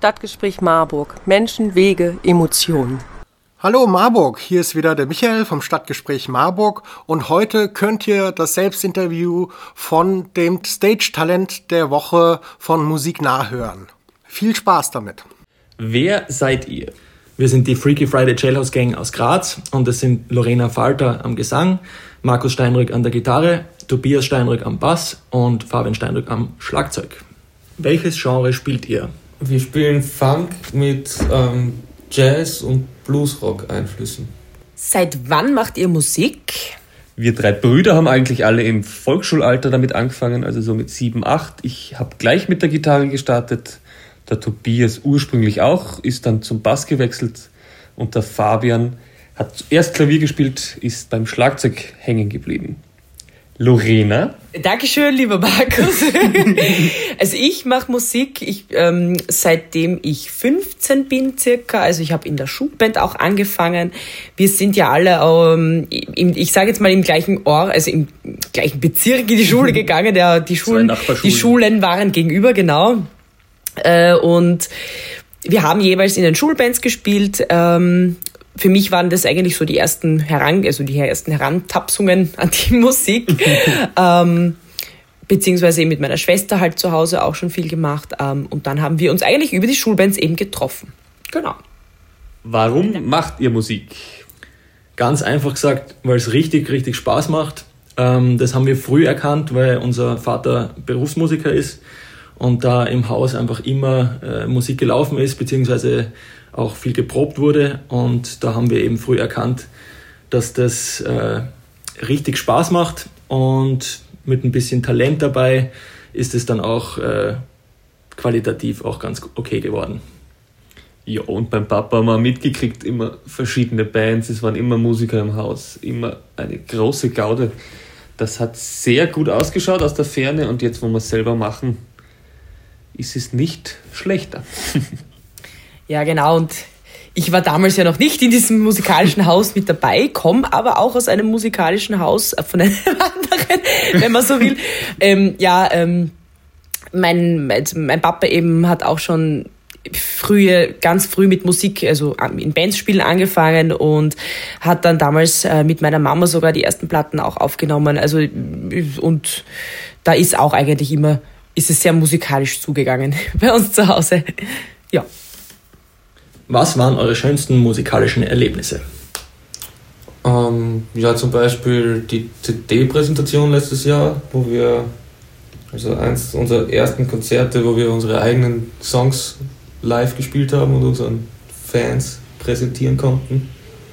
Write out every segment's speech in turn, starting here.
Stadtgespräch Marburg. Menschen, Wege, Emotionen. Hallo Marburg, hier ist wieder der Michael vom Stadtgespräch Marburg und heute könnt ihr das Selbstinterview von dem Stage-Talent der Woche von Musik nachhören. Viel Spaß damit. Wer seid ihr? Wir sind die Freaky Friday Jailhouse Gang aus Graz und es sind Lorena Falter am Gesang, Markus Steinrück an der Gitarre, Tobias Steinrück am Bass und Fabian Steinrück am Schlagzeug. Welches Genre spielt ihr? Wir spielen Funk mit Jazz- und Bluesrock-Einflüssen. Seit wann macht ihr Musik? Wir 3 Brüder haben eigentlich alle im Volksschulalter damit angefangen, also so mit 7, 8. Ich habe gleich mit der Gitarre gestartet. Der Tobias ursprünglich auch, ist dann zum Bass gewechselt. Und der Fabian hat zuerst Klavier gespielt, ist beim Schlagzeug hängen geblieben. Lorena? Dankeschön, lieber Markus. Also ich mache Musik, seitdem ich 15 bin circa. Also ich habe in der Schulband auch angefangen. Wir sind ja alle, ich sage jetzt mal im gleichen Ort, also im gleichen Bezirk in die Schule gegangen. Die Schulen waren gegenüber, genau. Und wir haben jeweils in den Schulbands gespielt. Für mich waren das eigentlich so die ersten Herantapsungen an die Musik. Beziehungsweise eben mit meiner Schwester halt zu Hause auch schon viel gemacht. Und dann haben wir uns eigentlich über die Schulbands eben getroffen. Genau. Warum macht ihr Musik? Ganz einfach gesagt, weil es richtig, richtig Spaß macht. Das haben wir früh erkannt, weil unser Vater Berufsmusiker ist und da im Haus einfach immer Musik gelaufen ist, beziehungsweise auch viel geprobt wurde, und da haben wir eben früh erkannt, dass das richtig Spaß macht, und mit ein bisschen Talent dabei ist es dann auch qualitativ auch ganz okay geworden. Ja, und beim Papa haben wir mitgekriegt, immer verschiedene Bands, es waren immer Musiker im Haus, immer eine große Gaude. Das hat sehr gut ausgeschaut aus der Ferne, und jetzt, wo wir es selber machen, ist es nicht schlechter. Ja, genau. Und ich war damals ja noch nicht in diesem musikalischen Haus mit dabei, komme aber auch aus einem musikalischen Haus von einem anderen, wenn man so will. Mein Papa eben hat auch schon ganz früh mit Musik, also in Bands spielen angefangen, und hat dann damals mit meiner Mama sogar die ersten Platten auch aufgenommen. Also, und da ist auch eigentlich ist es sehr musikalisch zugegangen bei uns zu Hause. Ja. Was waren eure schönsten musikalischen Erlebnisse? Zum Beispiel die CD-Präsentation letztes Jahr, wo wir, also eins unserer ersten Konzerte, wo wir unsere eigenen Songs live gespielt haben und unseren Fans präsentieren konnten.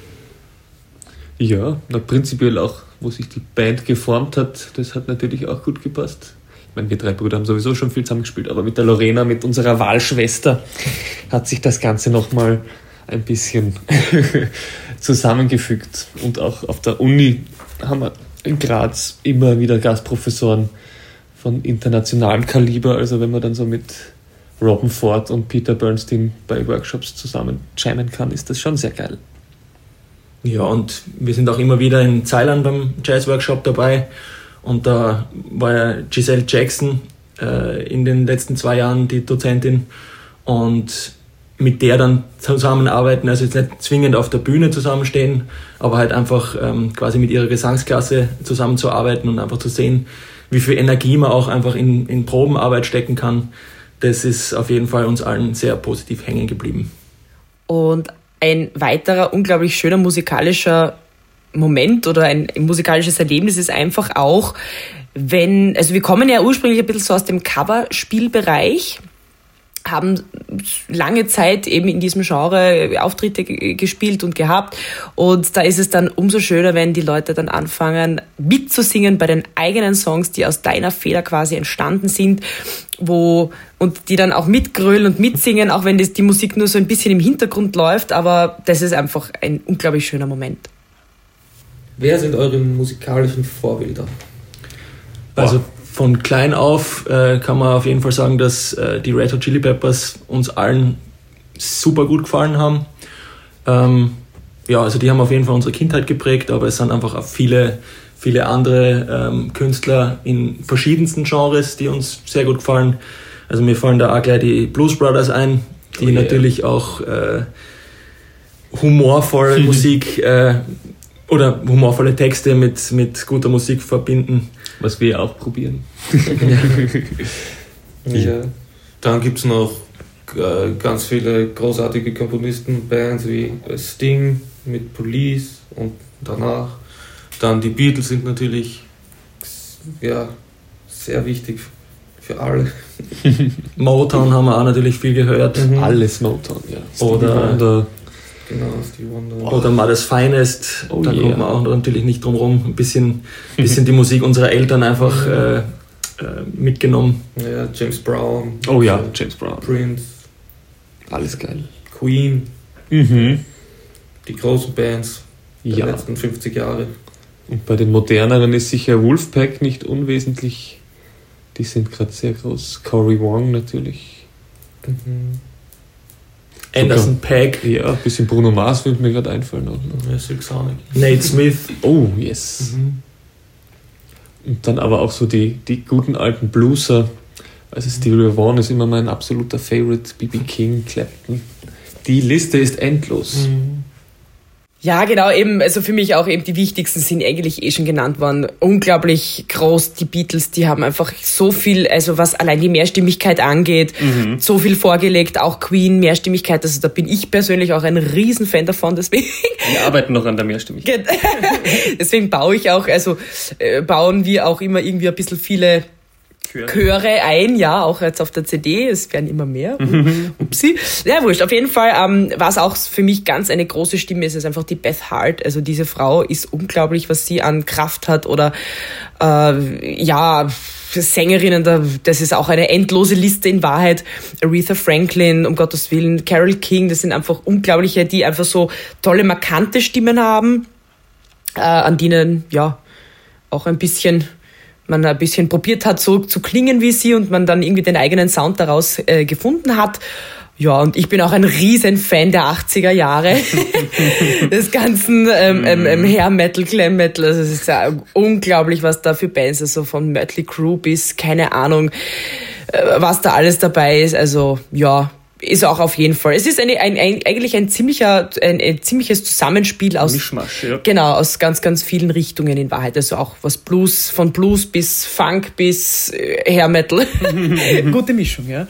Ja, prinzipiell auch, wo sich die Band geformt hat, das hat natürlich auch gut gepasst. Ich meine, wir 3 Brüder haben sowieso schon viel zusammengespielt, aber mit der Lorena, mit unserer Wahlschwester, hat sich das Ganze nochmal ein bisschen zusammengefügt. Und auch auf der Uni haben wir in Graz immer wieder Gastprofessoren von internationalem Kaliber. Also wenn man dann so mit Robin Ford und Peter Bernstein bei Workshops zusammen jammen kann, ist das schon sehr geil. Ja, und wir sind auch immer wieder in Zeiland beim Jazz-Workshop dabei. Und da war ja Giselle Jackson in den letzten 2 Jahren die Dozentin, und mit der dann zusammenarbeiten, also jetzt nicht zwingend auf der Bühne zusammenstehen, aber halt einfach quasi mit ihrer Gesangsklasse zusammenzuarbeiten und einfach zu sehen, wie viel Energie man auch einfach in Probenarbeit stecken kann. Das ist auf jeden Fall uns allen sehr positiv hängen geblieben. Und ein weiterer unglaublich schöner musikalischer Moment oder ein musikalisches Erlebnis ist einfach auch, wir kommen ja ursprünglich ein bisschen so aus dem Coverspielbereich, haben lange Zeit eben in diesem Genre Auftritte gespielt und gehabt, und da ist es dann umso schöner, wenn die Leute dann anfangen mitzusingen bei den eigenen Songs, die aus deiner Feder quasi entstanden sind, und die dann auch mitgrölen und mitsingen, auch wenn die Musik nur so ein bisschen im Hintergrund läuft, aber das ist einfach ein unglaublich schöner Moment. Wer sind eure musikalischen Vorbilder? Also von klein auf kann man auf jeden Fall sagen, dass die Red Hot Chili Peppers uns allen super gut gefallen haben. Also die haben auf jeden Fall unsere Kindheit geprägt, aber es sind einfach auch viele andere Künstler in verschiedensten Genres, die uns sehr gut gefallen. Also mir fallen da auch gleich die Blues Brothers ein. die natürlich auch humorvolle Musik oder humorvolle Texte mit guter Musik verbinden. Was wir auch probieren. Ja. Dann gibt es noch ganz viele großartige Komponisten, Bands wie Sting mit Police und danach. Dann die Beatles sind natürlich sehr wichtig für alle. Motown haben wir auch natürlich viel gehört. Alles Motown, ja. Oder Stevie Wonder. Oder Mother's Finest, da kommt man auch natürlich nicht drum rum. Ein bisschen die Musik unserer Eltern einfach mitgenommen. Ja, James Brown. Oh ja, James Brown. Prince. Alles geil. Queen. Die großen Bands der letzten 50 Jahre. Und bei den moderneren ist sicher Wolfpack nicht unwesentlich. Die sind gerade sehr groß. Cory Wong natürlich. Anderson .Paak. Ja, ein bisschen Bruno Mars würde mir gerade einfallen. Ja, Silk Sonic. Nate Smith. Oh, yes. Und dann aber auch so die guten alten Blueser. Also Stevie Ray Vaughan ist immer mein absoluter Favorite. B.B. King, Clapton. Die Liste ist endlos. Ja, genau, eben, also für mich auch eben die wichtigsten sind eigentlich schon genannt worden. Unglaublich groß, die Beatles, die haben einfach so viel, also was allein die Mehrstimmigkeit angeht, so viel vorgelegt, auch Queen, Mehrstimmigkeit, also da bin ich persönlich auch ein Riesenfan davon, deswegen. Wir arbeiten noch an der Mehrstimmigkeit. Deswegen bauen wir auch immer irgendwie ein bisschen viele Chöre ein, ja, auch jetzt auf der CD, es werden immer mehr. Upsi. Ja, wurscht. Auf jeden Fall, was auch für mich ganz eine große Stimme ist einfach die Beth Hart. Also diese Frau ist unglaublich, was sie an Kraft hat oder Sängerinnen, das ist auch eine endlose Liste in Wahrheit. Aretha Franklin, um Gottes Willen, Carole King, das sind einfach unglaubliche, die einfach so tolle, markante Stimmen haben, an denen, auch man ein bisschen probiert hat, so zu klingen wie sie und man dann irgendwie den eigenen Sound daraus gefunden hat. Ja, und ich bin auch ein riesen Fan der 80er Jahre. Des ganzen Hair Metal, Glam Metal. Also es ist ja unglaublich, was da für Bands, also von Mötley Crüe bis, keine Ahnung, was da alles dabei ist. Also, ja, ist auch auf jeden Fall. Es ist eigentlich ein ziemliches Zusammenspiel aus Mischmasch, ja. Genau, aus ganz, ganz vielen Richtungen in Wahrheit. Also auch was von Blues bis Funk bis Hair Metal. Gute Mischung, ja.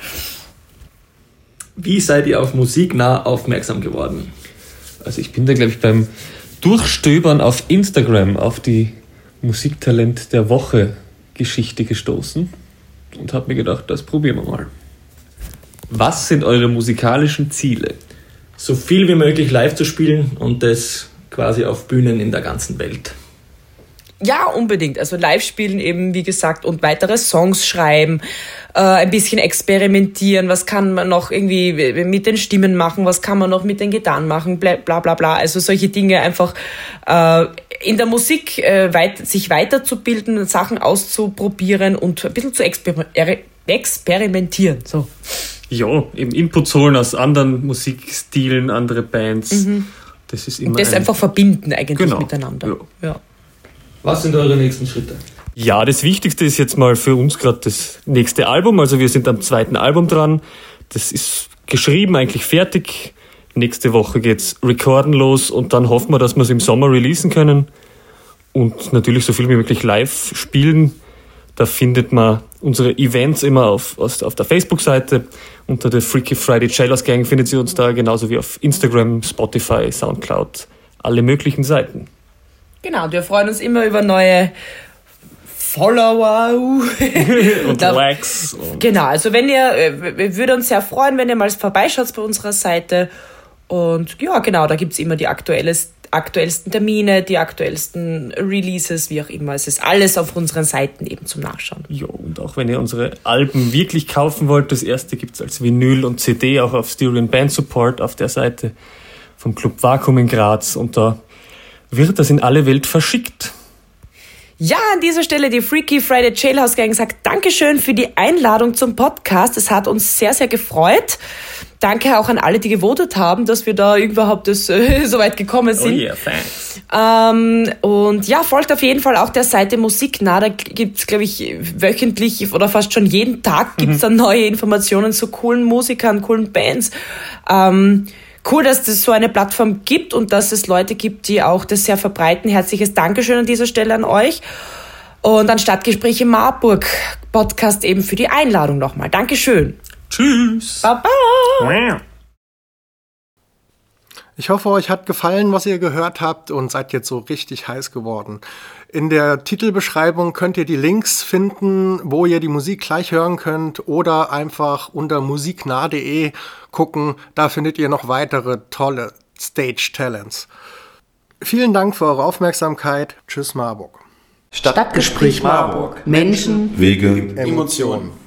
Wie seid ihr auf Musiknah aufmerksam geworden? Also ich bin da, glaube ich, beim Durchstöbern auf Instagram auf die Musiktalent der Woche Geschichte gestoßen und habe mir gedacht, das probieren wir mal. Was sind eure musikalischen Ziele? So viel wie möglich live zu spielen und das quasi auf Bühnen in der ganzen Welt. Ja, unbedingt. Also live spielen eben, wie gesagt, und weitere Songs schreiben, ein bisschen experimentieren, was kann man noch irgendwie mit den Stimmen machen, was kann man noch mit den Gitarren machen, bla bla bla. Also solche Dinge einfach in der Musik sich weiterzubilden, Sachen auszuprobieren und ein bisschen zu experimentieren. So. Ja, eben Inputs holen aus anderen Musikstilen, andere Bands. Das ist immer. Und das einfach verbinden eigentlich miteinander. Ja. Was sind eure nächsten Schritte? Ja, das Wichtigste ist jetzt mal für uns gerade das nächste Album. Also wir sind am 2. Album dran. Das ist geschrieben, eigentlich fertig. Nächste Woche geht's recorden los und dann hoffen wir, dass wir es im Sommer releasen können. Und natürlich so viel wie möglich live spielen. Da findet man unsere Events immer auf der Facebook-Seite. Unter der Freaky Friday Jailers Gang findet sie uns da, genauso wie auf Instagram, Spotify, Soundcloud, alle möglichen Seiten. Genau, und wir freuen uns immer über neue Follower und Likes. Genau, also wir würden uns sehr freuen, wenn ihr mal vorbeischaut bei unserer Seite. Und ja, genau, da gibt's immer die aktuellsten Termine, die aktuellsten Releases, wie auch immer. Es ist alles auf unseren Seiten eben zum Nachschauen. Ja, und auch wenn ihr unsere Alben wirklich kaufen wollt, das erste gibt's als Vinyl und CD auch auf Stereo Band Support auf der Seite vom Club Vakuum in Graz und da wird das in alle Welt verschickt. Ja, an dieser Stelle die Freaky Friday Jailhouse Gang sagt Dankeschön für die Einladung zum Podcast. Es hat uns sehr, sehr gefreut. Danke auch an alle, die gewotet haben, dass wir da überhaupt so weit gekommen sind. Oh yeah, thanks. Und ja, folgt auf jeden Fall auch der Seite Musiknah. Da gibt's, glaube ich, wöchentlich oder fast schon jeden Tag gibt's dann neue Informationen zu coolen Musikern, coolen Bands. Cool, dass es so eine Plattform gibt und dass es Leute gibt, die auch das sehr verbreiten. Herzliches Dankeschön an dieser Stelle an euch. Und an Stadtgespräche Marburg Podcast eben für die Einladung nochmal. Dankeschön. Tschüss. Baba. Ich hoffe, euch hat gefallen, was ihr gehört habt und seid jetzt so richtig heiß geworden. In der Titelbeschreibung könnt ihr die Links finden, wo ihr die Musik gleich hören könnt oder einfach unter musiknah.de gucken. Da findet ihr noch weitere tolle Stage-Talents. Vielen Dank für eure Aufmerksamkeit. Tschüss Marburg. Stadtgespräch Marburg. Menschen, Wege, Emotionen.